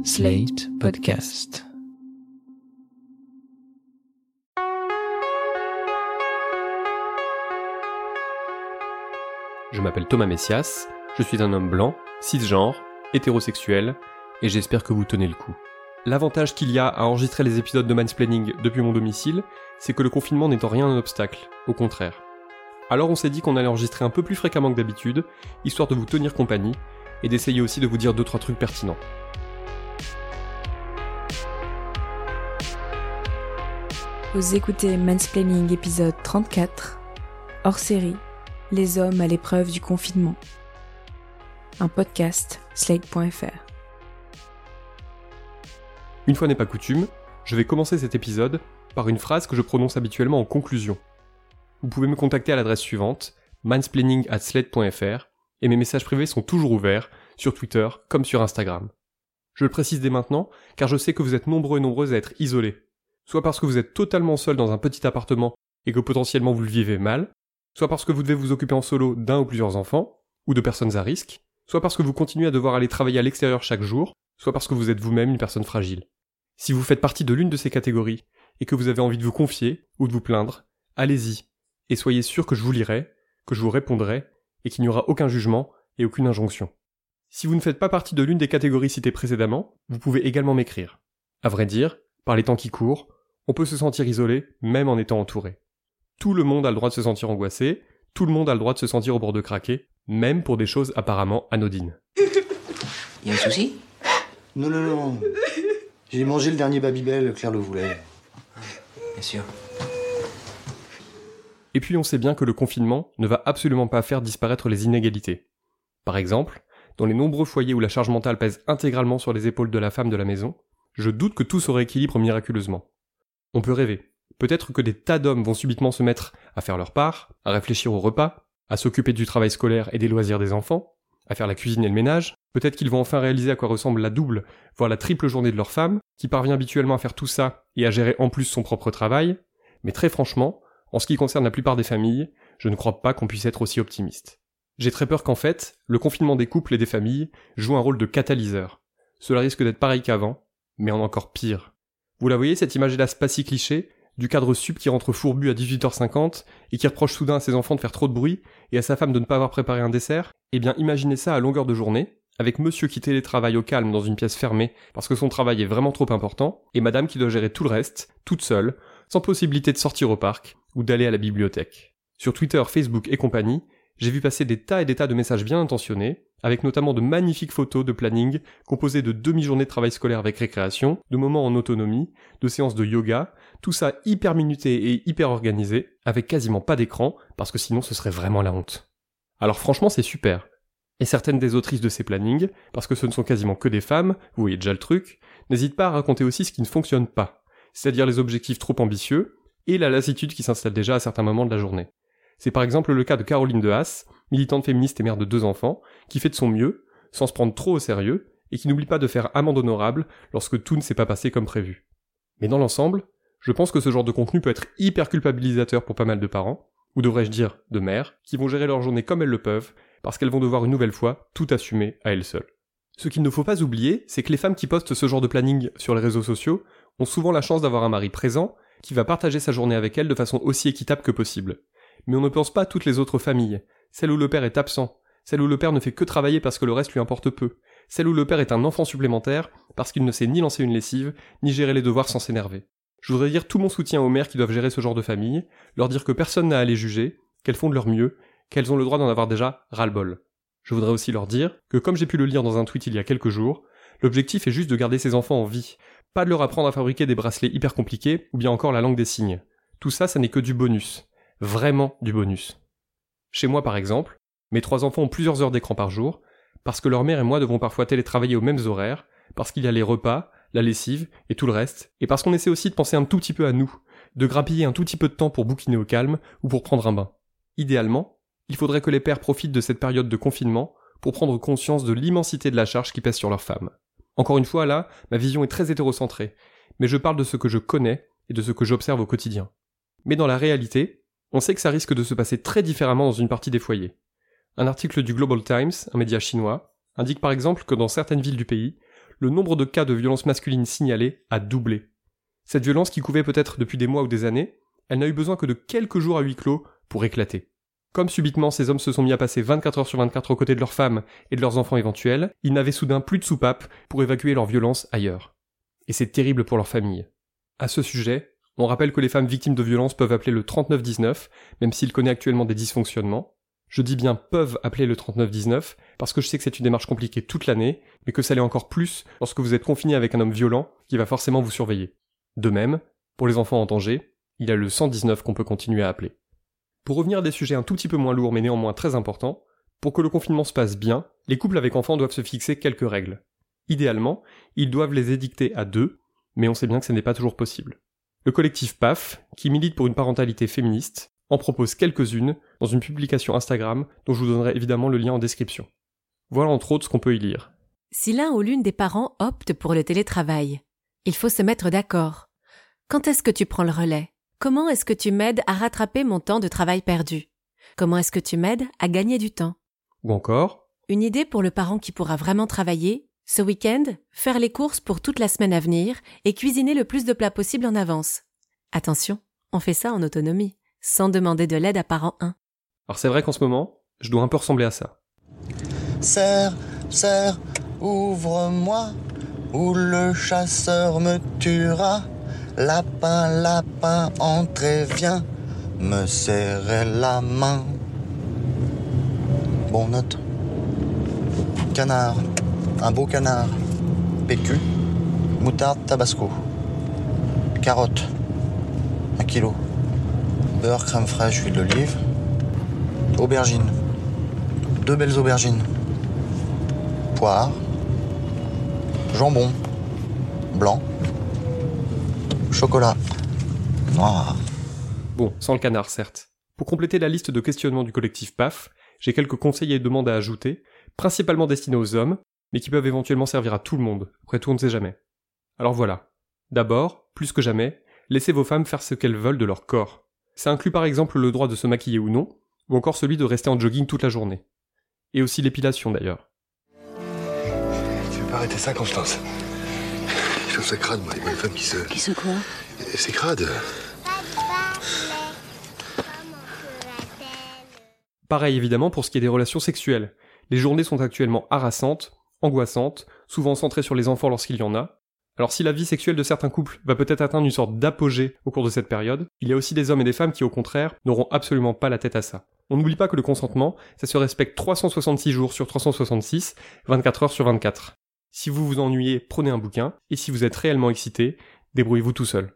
Slate Podcast. Je m'appelle Thomas Messias, je suis un homme blanc, cisgenre, hétérosexuel, et j'espère que vous tenez le coup. L'avantage qu'il y a à enregistrer les épisodes de Mansplaining depuis mon domicile, c'est que le confinement n'est en rien un obstacle, au contraire. Alors on s'est dit qu'on allait enregistrer un peu plus fréquemment que d'habitude, histoire de vous tenir compagnie, et d'essayer aussi de vous dire 2-3 trucs pertinents. Vous écoutez Mansplaining épisode 34, hors série, les hommes à l'épreuve du confinement. Un podcast, slate.fr. Une fois n'est pas coutume, je vais commencer cet épisode par une phrase que je prononce habituellement en conclusion. Vous pouvez me contacter à l'adresse suivante, mansplaining@slate.fr, et mes messages privés sont toujours ouverts, sur Twitter comme sur Instagram. Je le précise dès maintenant, car je sais que vous êtes nombreux et nombreuses à être isolés. Soit parce que vous êtes totalement seul dans un petit appartement et que potentiellement vous le vivez mal, soit parce que vous devez vous occuper en solo d'un ou plusieurs enfants, ou de personnes à risque, soit parce que vous continuez à devoir aller travailler à l'extérieur chaque jour, soit parce que vous êtes vous-même une personne fragile. Si vous faites partie de l'une de ces catégories, et que vous avez envie de vous confier, ou de vous plaindre, allez-y, et soyez sûr que je vous lirai, que je vous répondrai, et qu'il n'y aura aucun jugement et aucune injonction. Si vous ne faites pas partie de l'une des catégories citées précédemment, vous pouvez également m'écrire. À vrai dire, par les temps qui courent, on peut se sentir isolé, même en étant entouré. Tout le monde a le droit de se sentir angoissé, tout le monde a le droit de se sentir au bord de craquer, même pour des choses apparemment anodines. Y a un souci ? Non. J'ai mangé le dernier Babybel, Claire le voulait. Bien sûr. Et puis on sait bien que le confinement ne va absolument pas faire disparaître les inégalités. Par exemple, dans les nombreux foyers où la charge mentale pèse intégralement sur les épaules de la femme de la maison, je doute que tout se rééquilibre miraculeusement. On peut rêver. Peut-être que des tas d'hommes vont subitement se mettre à faire leur part, à réfléchir au repas, à s'occuper du travail scolaire et des loisirs des enfants, à faire la cuisine et le ménage. Peut-être qu'ils vont enfin réaliser à quoi ressemble la double, voire la triple journée de leur femme, qui parvient habituellement à faire tout ça et à gérer en plus son propre travail. Mais très franchement, en ce qui concerne la plupart des familles, je ne crois pas qu'on puisse être aussi optimiste. J'ai très peur qu'en fait, le confinement des couples et des familles joue un rôle de catalyseur. Cela risque d'être pareil qu'avant, mais en encore pire. Vous la voyez, cette image hélas pas si cliché, du cadre sup qui rentre fourbu à 18h50 et qui reproche soudain à ses enfants de faire trop de bruit et à sa femme de ne pas avoir préparé un dessert? Eh bien imaginez ça à longueur de journée, avec monsieur qui télétravaille au calme dans une pièce fermée parce que son travail est vraiment trop important, et madame qui doit gérer tout le reste, toute seule, sans possibilité de sortir au parc ou d'aller à la bibliothèque. Sur Twitter, Facebook et compagnie, j'ai vu passer des tas et des tas de messages bien intentionnés, avec notamment de magnifiques photos de planning composées de demi-journées de travail scolaire avec récréation, de moments en autonomie, de séances de yoga, tout ça hyper minuté et hyper organisé, avec quasiment pas d'écran, parce que sinon ce serait vraiment la honte. Alors franchement c'est super. Et certaines des autrices de ces plannings, parce que ce ne sont quasiment que des femmes, vous voyez déjà le truc, n'hésitent pas à raconter aussi ce qui ne fonctionne pas, c'est-à-dire les objectifs trop ambitieux, et la lassitude qui s'installe déjà à certains moments de la journée. C'est par exemple le cas de Caroline de Haas, militante féministe et mère de 2 enfants, qui fait de son mieux, sans se prendre trop au sérieux, et qui n'oublie pas de faire amende honorable lorsque tout ne s'est pas passé comme prévu. Mais dans l'ensemble, je pense que ce genre de contenu peut être hyper culpabilisateur pour pas mal de parents, ou devrais-je dire de mères, qui vont gérer leur journée comme elles le peuvent, parce qu'elles vont devoir une nouvelle fois tout assumer à elles seules. Ce qu'il ne faut pas oublier, c'est que les femmes qui postent ce genre de planning sur les réseaux sociaux ont souvent la chance d'avoir un mari présent, qui va partager sa journée avec elles de façon aussi équitable que possible. Mais on ne pense pas à toutes les autres familles, celles où le père est absent, celles où le père ne fait que travailler parce que le reste lui importe peu, celles où le père est un enfant supplémentaire parce qu'il ne sait ni lancer une lessive, ni gérer les devoirs sans s'énerver. Je voudrais dire tout mon soutien aux mères qui doivent gérer ce genre de famille, leur dire que personne n'a à les juger, qu'elles font de leur mieux, qu'elles ont le droit d'en avoir déjà ras-le-bol. Je voudrais aussi leur dire que, comme j'ai pu le lire dans un tweet il y a quelques jours, l'objectif est juste de garder ses enfants en vie, pas de leur apprendre à fabriquer des bracelets hyper compliqués ou bien encore la langue des signes. Tout ça, ça n'est que du bonus. Vraiment du bonus. Chez moi par exemple, mes 3 enfants ont plusieurs heures d'écran par jour, parce que leur mère et moi devons parfois télétravailler aux mêmes horaires, parce qu'il y a les repas, la lessive et tout le reste, et parce qu'on essaie aussi de penser un tout petit peu à nous, de grappiller un tout petit peu de temps pour bouquiner au calme ou pour prendre un bain. Idéalement, il faudrait que les pères profitent de cette période de confinement pour prendre conscience de l'immensité de la charge qui pèse sur leurs femmes. Encore une fois là, ma vision est très hétérocentrée, mais je parle de ce que je connais et de ce que j'observe au quotidien. Mais dans la réalité, on sait que ça risque de se passer très différemment dans une partie des foyers. Un article du Global Times, un média chinois, indique par exemple que dans certaines villes du pays, le nombre de cas de violence masculine signalés a doublé. Cette violence qui couvait peut-être depuis des mois ou des années, elle n'a eu besoin que de quelques jours à huis clos pour éclater. Comme subitement ces hommes se sont mis à passer 24 heures sur 24 aux côtés de leurs femmes et de leurs enfants éventuels, ils n'avaient soudain plus de soupape pour évacuer leur violence ailleurs. Et c'est terrible pour leur famille. À ce sujet, on rappelle que les femmes victimes de violences peuvent appeler le 3919, même s'il connaît actuellement des dysfonctionnements. Je dis bien peuvent appeler le 3919, parce que je sais que c'est une démarche compliquée toute l'année, mais que ça l'est encore plus lorsque vous êtes confiné avec un homme violent qui va forcément vous surveiller. De même, pour les enfants en danger, il y a le 119 qu'on peut continuer à appeler. Pour revenir à des sujets un tout petit peu moins lourds mais néanmoins très importants, pour que le confinement se passe bien, les couples avec enfants doivent se fixer quelques règles. Idéalement, ils doivent les édicter à deux, mais on sait bien que ce n'est pas toujours possible. Le collectif PAF, qui milite pour une parentalité féministe, en propose quelques-unes dans une publication Instagram dont je vous donnerai évidemment le lien en description. Voilà entre autres ce qu'on peut y lire. Si l'un ou l'une des parents opte pour le télétravail, il faut se mettre d'accord. Quand est-ce que tu prends le relais ? Comment est-ce que tu m'aides à rattraper mon temps de travail perdu ? Comment est-ce que tu m'aides à gagner du temps ? Ou encore, une idée pour le parent qui pourra vraiment travailler, ce week-end, faire les courses pour toute la semaine à venir et cuisiner le plus de plats possible en avance. Attention, on fait ça en autonomie, sans demander de l'aide à parent 1. Alors c'est vrai qu'en ce moment, je dois un peu ressembler à ça. Serre, serre, ouvre-moi, ou le chasseur me tuera. Lapin, lapin, entrez, viens, me serrer la main. Bon, note. Canard, un beau canard. PQ, moutarde, tabasco. Carotte, 1 kilo. Beurre, crème fraîche, huile d'olive. Aubergine, 2 belles aubergines. Poire. Jambon, blanc. Chocolat, noir. Bon, sans le canard certes. Pour compléter la liste de questionnements du collectif PAF, j'ai quelques conseils et demandes à ajouter, principalement destinés aux hommes, mais qui peuvent éventuellement servir à tout le monde, après tout on ne sait jamais. Alors voilà. D'abord, plus que jamais, laissez vos femmes faire ce qu'elles veulent de leur corps. Ça inclut par exemple le droit de se maquiller ou non, ou encore celui de rester en jogging toute la journée. Et aussi l'épilation d'ailleurs. Tu veux pas arrêter ça, Constance? Je trouve ça crade, moi, les femmes qui se... Qui se quoi? C'est crade. Pareil évidemment pour ce qui est des relations sexuelles. Les journées sont actuellement harassantes, angoissantes, souvent centrées sur les enfants lorsqu'il y en a. Alors si la vie sexuelle de certains couples va peut-être atteindre une sorte d'apogée au cours de cette période, il y a aussi des hommes et des femmes qui au contraire n'auront absolument pas la tête à ça. On n'oublie pas que le consentement, ça se respecte 366 jours sur 366, 24 heures sur 24. Si vous vous ennuyez, prenez un bouquin, et si vous êtes réellement excité, débrouillez-vous tout seul.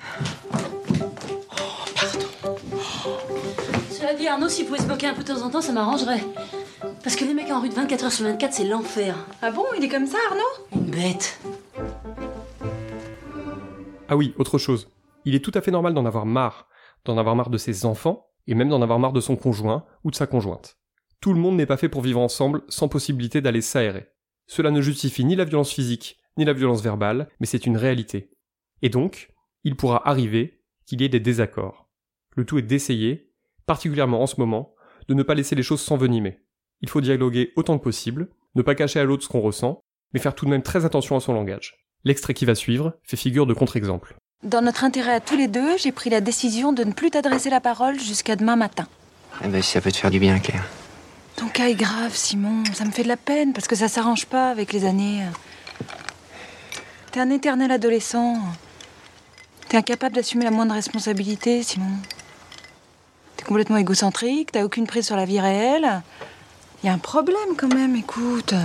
Cela dit, Arnaud, s'il pouvait se bloquer un peu de temps en temps, ça m'arrangerait. Parce que les mecs en rue de 24 heures sur 24, c'est l'enfer. Ah bon, il est comme ça, Arnaud? Une bête. Ah oui, autre chose. Il est tout à fait normal d'en avoir marre de ses enfants, et même d'en avoir marre de son conjoint ou de sa conjointe. Tout le monde n'est pas fait pour vivre ensemble sans possibilité d'aller s'aérer. Cela ne justifie ni la violence physique, ni la violence verbale, mais c'est une réalité. Et donc, il pourra arriver qu'il y ait des désaccords. Le tout est d'essayer, particulièrement en ce moment, de ne pas laisser les choses s'envenimer. Il faut dialoguer autant que possible, ne pas cacher à l'autre ce qu'on ressent, mais faire tout de même très attention à son langage. L'extrait qui va suivre fait figure de contre-exemple. Dans notre intérêt à tous les deux, j'ai pris la décision de ne plus t'adresser la parole jusqu'à demain matin. Eh ben, si ça peut te faire du bien, Claire. Ton cas est grave, Simon. Ça me fait de la peine parce que ça s'arrange pas avec les années. T'es un éternel adolescent. T'es incapable d'assumer la moindre responsabilité, Simon. T'es complètement égocentrique, t'as aucune prise sur la vie réelle. Y a un problème quand même, écoute.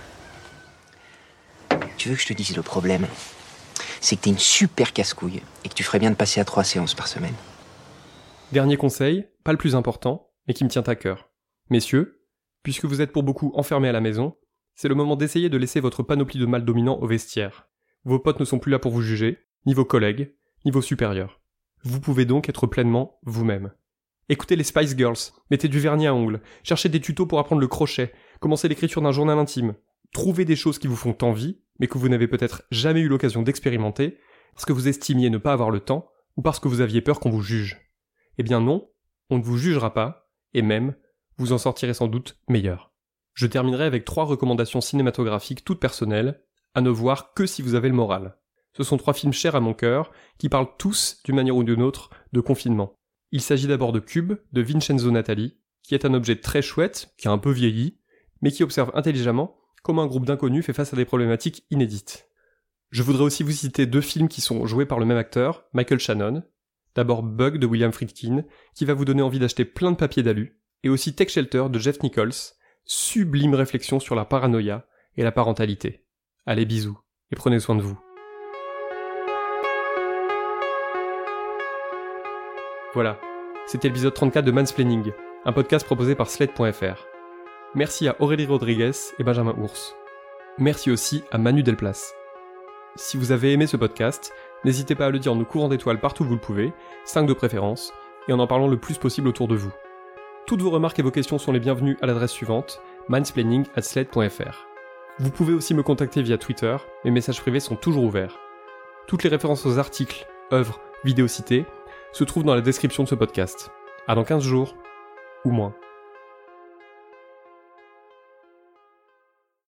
Tu veux que je te dise le problème? C'est que t'es une super casse-couille et que tu ferais bien de passer à 3 séances par semaine. Dernier conseil, pas le plus important, mais qui me tient à cœur. Messieurs, puisque vous êtes pour beaucoup enfermés à la maison, c'est le moment d'essayer de laisser votre panoplie de mâles dominants au vestiaire. Vos potes ne sont plus là pour vous juger, ni vos collègues, ni vos supérieurs. Vous pouvez donc être pleinement vous-même. Écoutez les Spice Girls, mettez du vernis à ongles, cherchez des tutos pour apprendre le crochet, commencez l'écriture d'un journal intime, trouvez des choses qui vous font envie, mais que vous n'avez peut-être jamais eu l'occasion d'expérimenter, parce que vous estimiez ne pas avoir le temps, ou parce que vous aviez peur qu'on vous juge. Eh bien non, on ne vous jugera pas, et même, vous en sortirez sans doute meilleur. Je terminerai avec 3 recommandations cinématographiques toutes personnelles, à ne voir que si vous avez le moral. Ce sont 3 films chers à mon cœur, qui parlent tous, d'une manière ou d'une autre, de confinement. Il s'agit d'abord de Cube, de Vincenzo Natali, qui est un objet très chouette, qui a un peu vieilli, mais qui observe intelligemment comment un groupe d'inconnus fait face à des problématiques inédites. Je voudrais aussi vous citer 2 films qui sont joués par le même acteur, Michael Shannon. D'abord Bug de William Friedkin, qui va vous donner envie d'acheter plein de papier d'alu, et aussi Tech Shelter de Jeff Nichols, sublime réflexion sur la paranoïa et la parentalité. Allez, bisous, et prenez soin de vous. Voilà, c'était l'épisode 34 de Mansplaining, un podcast proposé par Slate.fr. Merci à Aurélie Rodriguez et Benjamin Ours. Merci aussi à Manu Delplace. Si vous avez aimé ce podcast, n'hésitez pas à le dire en nous courant d'étoiles partout où vous le pouvez, 5 de préférence, et en parlant le plus possible autour de vous. Toutes vos remarques et vos questions sont les bienvenues à l'adresse suivante, mansplaining@slate.fr. Vous pouvez aussi me contacter via Twitter, mes messages privés sont toujours ouverts. Toutes les références aux articles, œuvres, vidéos citées se trouvent dans la description de ce podcast. À dans 15 jours, ou moins.